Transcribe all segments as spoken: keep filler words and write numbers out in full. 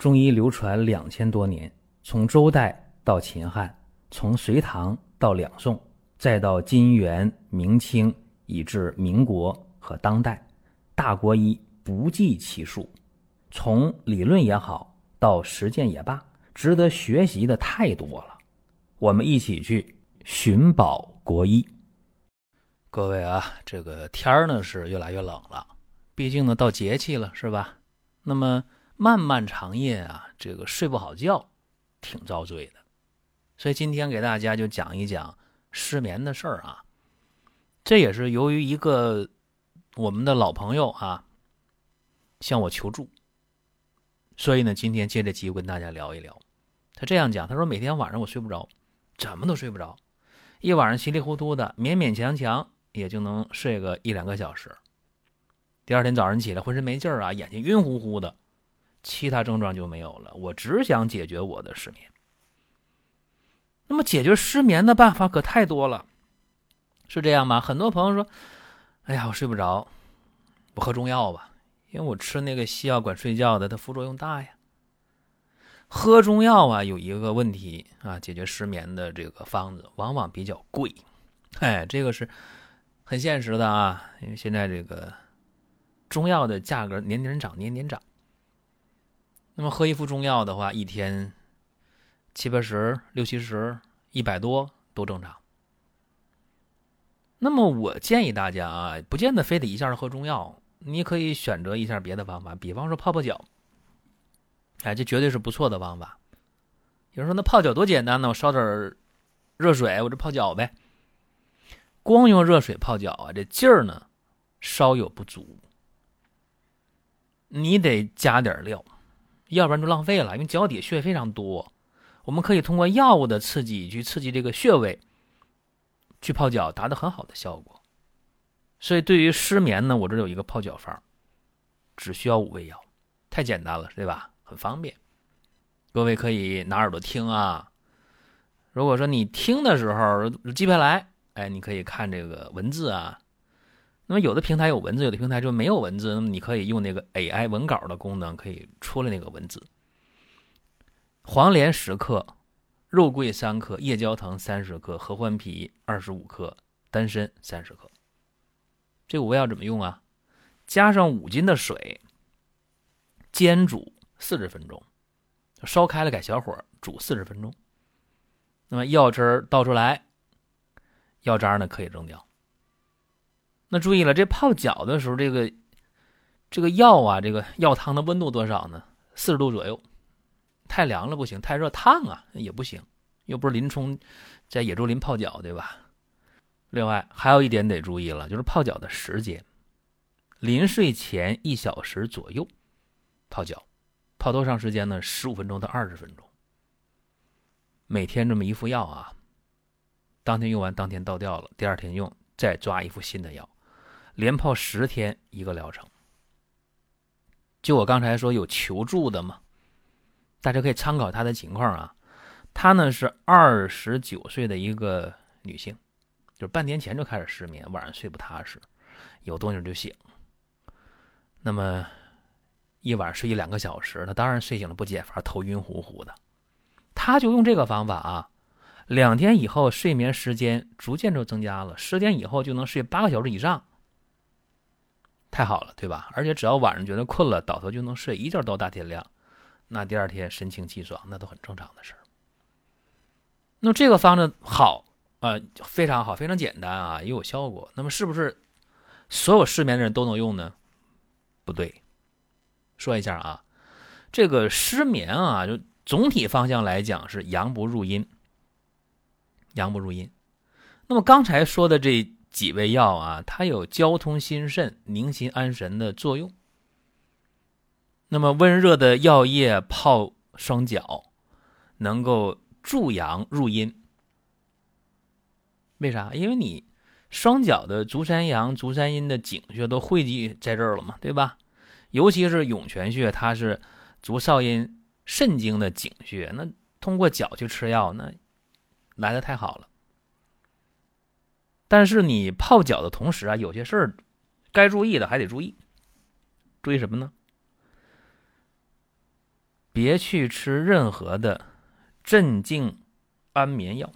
中医流传两千多年，从周代到秦汉，从隋唐到两宋，再到金元明清，以至民国和当代，大国医不计其数。从理论也好，到实践也罢，值得学习的太多了。我们一起去寻宝国医。 各位啊，这个天儿呢是越来越冷了，毕竟呢到节气了，是吧？那么漫漫长夜啊，这个睡不好觉，挺遭罪的。所以今天给大家就讲一讲失眠的事儿啊。这也是由于一个我们的老朋友啊向我求助，所以呢今天借这机会跟大家聊一聊。他这样讲，他说每天晚上我睡不着，怎么都睡不着，一晚上稀里糊涂的，勉勉强强也就能睡个一两个小时。第二天早上起来浑身没劲儿啊，眼睛晕乎乎的，其他症状就没有了。我只想解决我的失眠。那么解决失眠的办法可太多了，是这样吗？很多朋友说，哎呀，我睡不着，我喝中药吧，因为我吃那个西药管睡觉的，它副作用大呀。喝中药啊，有一个问题啊，解决失眠的这个方子往往比较贵，哎，这个是很现实的啊，因为现在这个中药的价格年年涨，年年涨。那么喝一副中药的话，一天七八十、六七十、一百多都正常。那么我建议大家啊，不见得非得一下喝中药，你可以选择一下别的方法，比方说泡泡脚。哎，这绝对是不错的方法。有人说那泡脚多简单呢，我烧点热水，我这泡脚呗。光用热水泡脚啊，这劲儿呢稍有不足，你得加点料，要不然就浪费了。因为脚底穴非常多，我们可以通过药物的刺激去刺激这个穴位，去泡脚达到很好的效果。所以对于失眠呢，我这有一个泡脚法，只需要五味药，太简单了，对吧？很方便，各位可以拿耳朵听啊。如果说你听的时候记不下来，哎，你可以看这个文字啊。那么有的平台有文字，有的平台就没有文字，那么你可以用那个 A I 文稿的功能，可以出来那个文字。黄连十克，肉桂三克，夜交藤三十克，合欢皮二十五克，丹参三十克。这五味药怎么用啊？加上五斤的水，煎煮四十分钟，烧开了改小火煮四十分钟。那么药汁倒出来，药渣呢可以扔掉。那注意了，这泡脚的时候，这个这个药啊，这个药汤的温度多少呢？四十度左右。太凉了不行，太热烫啊也不行，又不是林冲在野猪林泡脚，对吧？另外还有一点得注意了，就是泡脚的时间，临睡前一小时左右泡脚。泡多长时间呢？十五分钟到二十分钟。每天这么一副药啊，当天用完当天倒掉了，第二天用，再抓一副新的药，连泡十天一个疗程。就我刚才说有求助的嘛，大家可以参考他的情况啊。她呢是二十九岁的一个女性，就是半年前就开始失眠，晚上睡不踏实，有动静就醒。那么一晚睡一两个小时，他当然睡醒了不解乏，头晕乎乎的。他就用这个方法啊，两天以后睡眠时间逐渐就增加了，十天以后就能睡八个小时以上，太好了，对吧？而且只要晚上觉得困了，倒头就能睡，一觉到大天亮，那第二天神清气爽，那都很正常的事儿。那么这个方子好啊、呃，非常好，非常简单啊，也有效果。那么是不是所有失眠的人都能用呢？不对。说一下啊，这个失眠啊，就总体方向来讲是阳不入阴，阳不入阴。那么刚才说的这几味药啊，它有交通心肾、宁心安神的作用。那么温热的药液泡双脚，能够助阳入阴。为啥？因为你双脚的足三阳、足三阴的井穴都汇集在这儿了嘛，对吧？尤其是涌泉穴，它是足少阴肾经的井穴，那通过脚去吃药，那来得太好了。但是你泡脚的同时啊，有些事儿该注意的还得注意。注意什么呢？ 别去吃任何的镇静安眠药。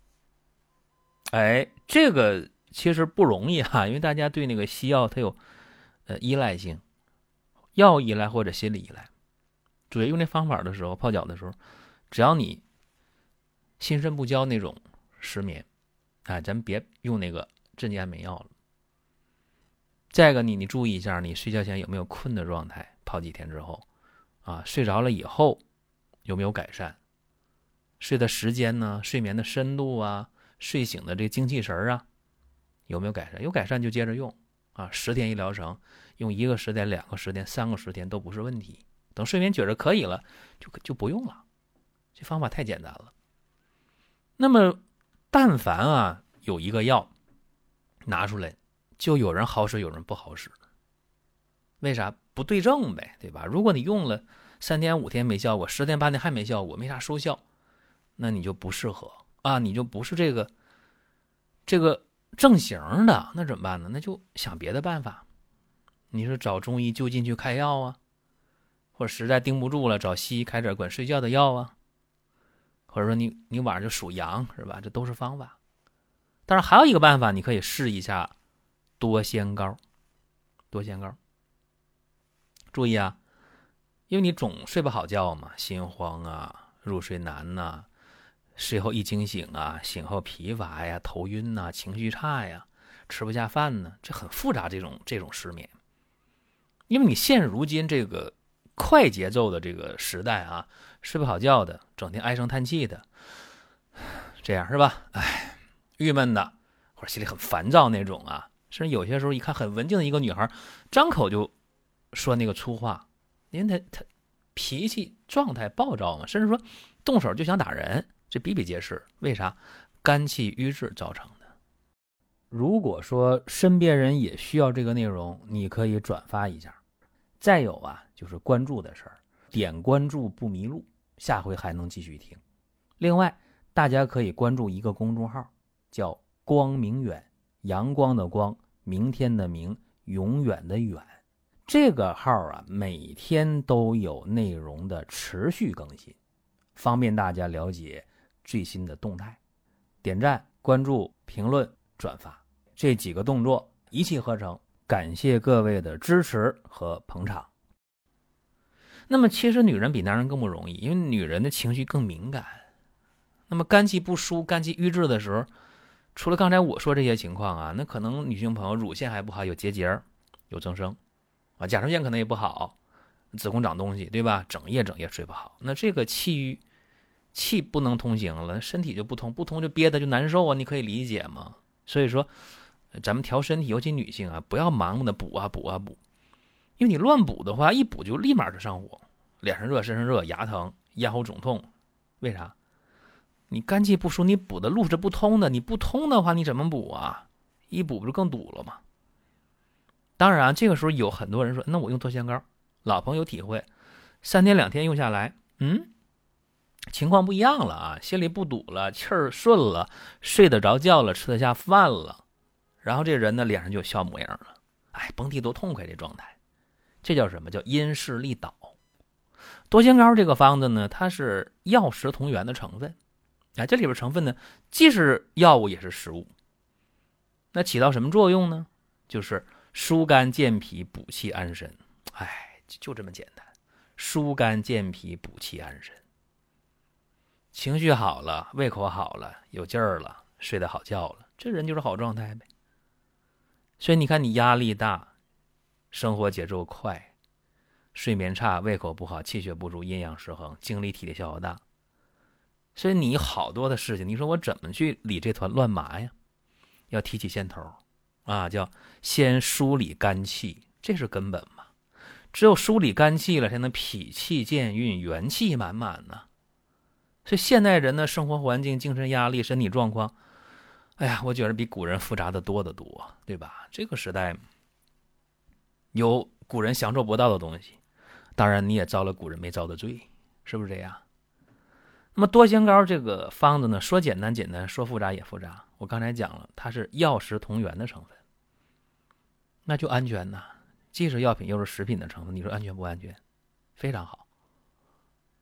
哎，这个其实不容易啊，因为大家对那个西药它有呃依赖性，药依赖或者心理依赖。主要用这方法的时候，泡脚的时候，只要你心神不交那种失眠，啊，咱别用那个镇静安眠药了。再一个，你你注意一下，你睡觉前有没有困的状态？泡几天之后，啊，睡着了以后有没有改善？睡的时间呢？睡眠的深度啊？睡醒的这个精气神啊，有没有改善？有改善就接着用啊，十天一疗程，用一个十天、两个十天、三个十天都不是问题。等睡眠觉着可以了，就就不用了。这方法太简单了。那么，但凡啊有一个药拿出来，就有人好使，有人不好使。为啥？不对症呗，对吧？如果你用了三天五天没效果，十天八天还没效果，没啥收效，那你就不适合啊，你就不是这个这个正形的，那怎么办呢？那就想别的办法。你是找中医就近去开药啊，或者实在盯不住了，找西医开点管睡觉的药啊，或者说你你晚上就数羊，是吧？这都是方法。但是还有一个办法，你可以试一下多仙膏。多仙膏，注意啊，因为你总睡不好觉嘛，心慌啊，入睡难呐、啊，睡后一惊醒啊，醒后疲乏呀，头晕呐、啊，情绪差呀，吃不下饭呢，这很复杂。这种这种失眠，因为你现如今这个快节奏的这个时代啊，睡不好觉的，整天唉声叹气的，这样是吧？哎，郁闷的，或者心里很烦躁那种啊，甚至有些时候一看很文静的一个女孩，张口就说那个粗话，因为她她脾气状态暴躁嘛，甚至说动手就想打人，这比比皆是。为啥？肝气郁滞造成的。如果说身边人也需要这个内容，你可以转发一下。再有啊，就是关注的事儿，点关注不迷路，下回还能继续听。另外，大家可以关注一个公众号，叫光明远，阳光的光，明天的明，永远的远。这个号啊，每天都有内容的持续更新，方便大家了解最新的动态。点赞、关注、评论、转发这几个动作一气呵成，感谢各位的支持和捧场。那么其实女人比男人更不容易，因为女人的情绪更敏感。那么肝气不舒、肝气郁滞的时候，除了刚才我说这些情况啊，那可能女性朋友乳腺还不好，有结节、有增生啊，甲状腺可能也不好，子宫长东西，对吧？整夜整夜睡不好，那这个气郁气不能通行了，身体就不通，不通就憋得就难受啊，你可以理解吗？所以说咱们调身体，尤其女性啊，不要盲目的补啊补啊补，因为你乱补的话，一补就立马就上火，脸上热、身上热、牙疼、咽喉肿痛。为啥？你肝气不舒，你补的路是不通的，你不通的话，你怎么补啊？一补不就更堵了吗？当然啊，这个时候有很多人说，那我用多仙膏，老朋友体会，三天两天用下来，嗯，情况不一样了啊，心里不堵了，气儿顺了，睡得着觉了，吃得下饭了，然后这人呢脸上就有笑模样了，哎，甭提多痛快这状态。这叫什么？叫因势利导。多仙膏这个方子呢，它是药食同源的成分，哎，这里边成分呢，既是药物也是食物。那起到什么作用呢？就是疏肝健脾、补气安神。哎，就这么简单，疏肝健脾、补气安神。情绪好了，胃口好了，有劲儿了，睡得好觉了，这人就是好状态呗。所以你看，你压力大，生活节奏快，睡眠差，胃口不好，气血不足，阴阳失衡，精力体力消耗大，所以你好多的事情，你说我怎么去理这团乱麻呀？要提起先头啊，叫先梳理肝气，这是根本嘛。只有梳理肝气了，才能脾气健运，元气满满呢。所以现代人的生活环境、精神压力、身体状况，哎呀，我觉得比古人复杂的多得多，对吧？这个时代有古人享受不到的东西，当然你也遭了古人没遭的罪，是不是这样？那么多仙膏这个方子呢，说简单简单，说复杂也复杂。我刚才讲了，它是药食同源的成分，那就安全呐。既是药品又是食品的成分，你说安全不安全？非常好。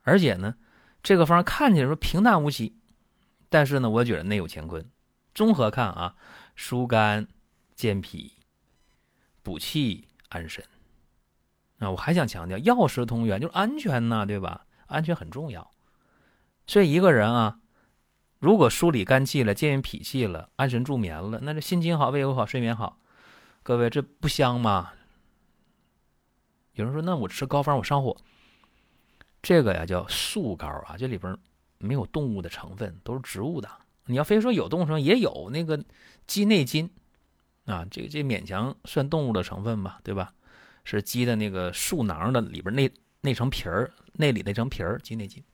而且呢，这个方看起来说平淡无奇，但是呢，我觉得内有乾坤。综合看啊，疏肝健脾、补气安神。啊，我还想强调，药食同源就是安全呐，对吧？安全很重要。所以一个人啊，如果梳理肝气了，健运脾气了，安神助眠了，那这心情好，胃口好，睡眠好，各位这不香吗？有人说，那我吃膏方我上火，这个呀叫素膏啊，这里边没有动物的成分，都是植物的。你要非说有动物成分，也有那个鸡内金啊，这这勉强算动物的成分吧，对吧？是鸡的那个树囊的里边那那层皮儿，内里那层皮儿，鸡内金。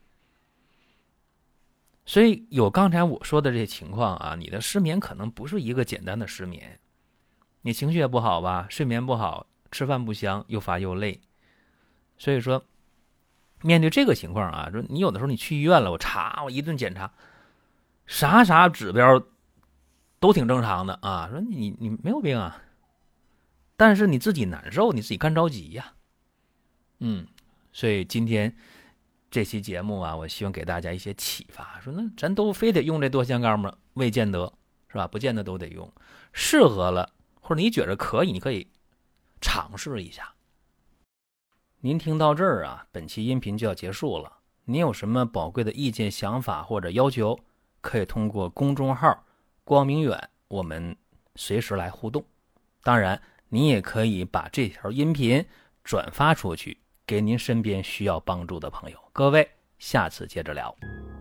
所以有刚才我说的这些情况啊，你的失眠可能不是一个简单的失眠，你情绪也不好吧，睡眠不好，吃饭不香，又乏又累。所以说，面对这个情况啊，说你有的时候你去医院了，我查我一顿检查，啥啥指标都挺正常的啊，说你你没有病啊。但是你自己难受，你自己干着急呀。嗯，所以今天这期节目啊，我希望给大家一些启发，说那咱都非得用这多香膏吗？未见得，是吧？不见得都得用，适合了或者你觉得可以，你可以尝试一下。您听到这儿啊，本期音频就要结束了。您有什么宝贵的意见、想法或者要求，可以通过公众号光明远，我们随时来互动。当然你也可以把这条音频转发出去，给您身边需要帮助的朋友。各位，下次接着聊。